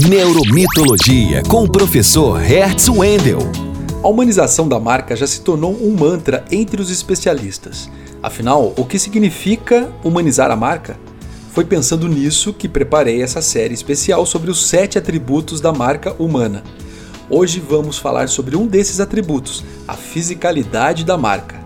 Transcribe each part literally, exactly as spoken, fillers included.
Neuromitologia com o professor Hertz Wendel. A humanização da marca já se tornou um mantra entre os especialistas. Afinal, o que significa humanizar a marca? Foi pensando nisso que preparei essa série especial sobre os sete atributos da marca humana. Hoje vamos falar sobre um desses atributos, a fisicalidade da marca.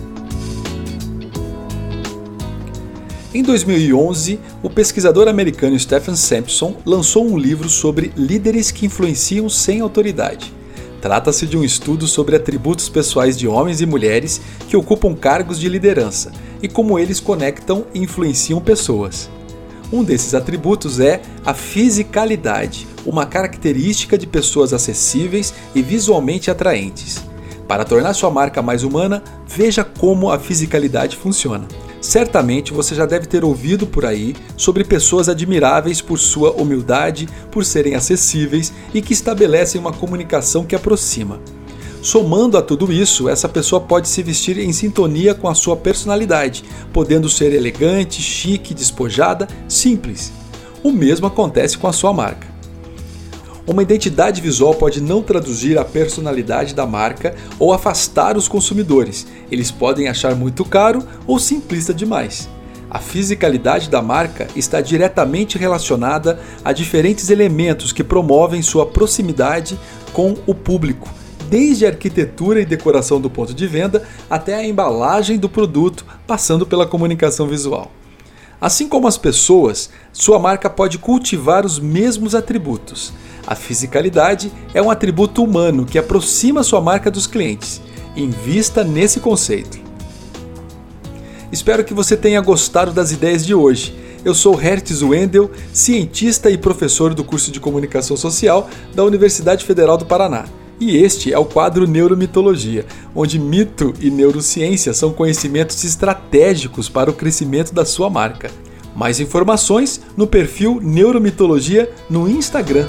Em dois mil e onze, o pesquisador americano Stephen Sampson lançou um livro sobre líderes que influenciam sem autoridade. Trata-se de um estudo sobre atributos pessoais de homens e mulheres que ocupam cargos de liderança e como eles conectam e influenciam pessoas. Um desses atributos é a fisicalidade, uma característica de pessoas acessíveis e visualmente atraentes. Para tornar sua marca mais humana, veja como a fisicalidade funciona. Certamente você já deve ter ouvido por aí sobre pessoas admiráveis por sua humildade, por serem acessíveis e que estabelecem uma comunicação que aproxima. Somando a tudo isso, essa pessoa pode se vestir em sintonia com a sua personalidade, podendo ser elegante, chique, despojada, simples. O mesmo acontece com a sua marca. Uma identidade visual pode não traduzir a personalidade da marca ou afastar os consumidores. Eles podem achar muito caro ou simplista demais. A fisicalidade da marca está diretamente relacionada a diferentes elementos que promovem sua proximidade com o público, desde a arquitetura e decoração do ponto de venda até a embalagem do produto, passando pela comunicação visual. Assim como as pessoas, sua marca pode cultivar os mesmos atributos. A fisicalidade é um atributo humano que aproxima sua marca dos clientes. Invista nesse conceito. Espero que você tenha gostado das ideias de hoje. Eu sou Hertz Wendel, cientista e professor do curso de Comunicação Social da Universidade Federal do Paraná. E este é o quadro Neuromitologia, onde mito e neurociência são conhecimentos estratégicos para o crescimento da sua marca. Mais informações no perfil Neuromitologia no Instagram.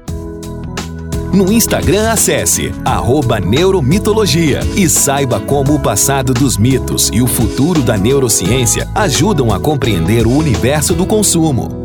No Instagram, acesse arroba Neuromitologia e saiba como o passado dos mitos e o futuro da neurociência ajudam a compreender o universo do consumo.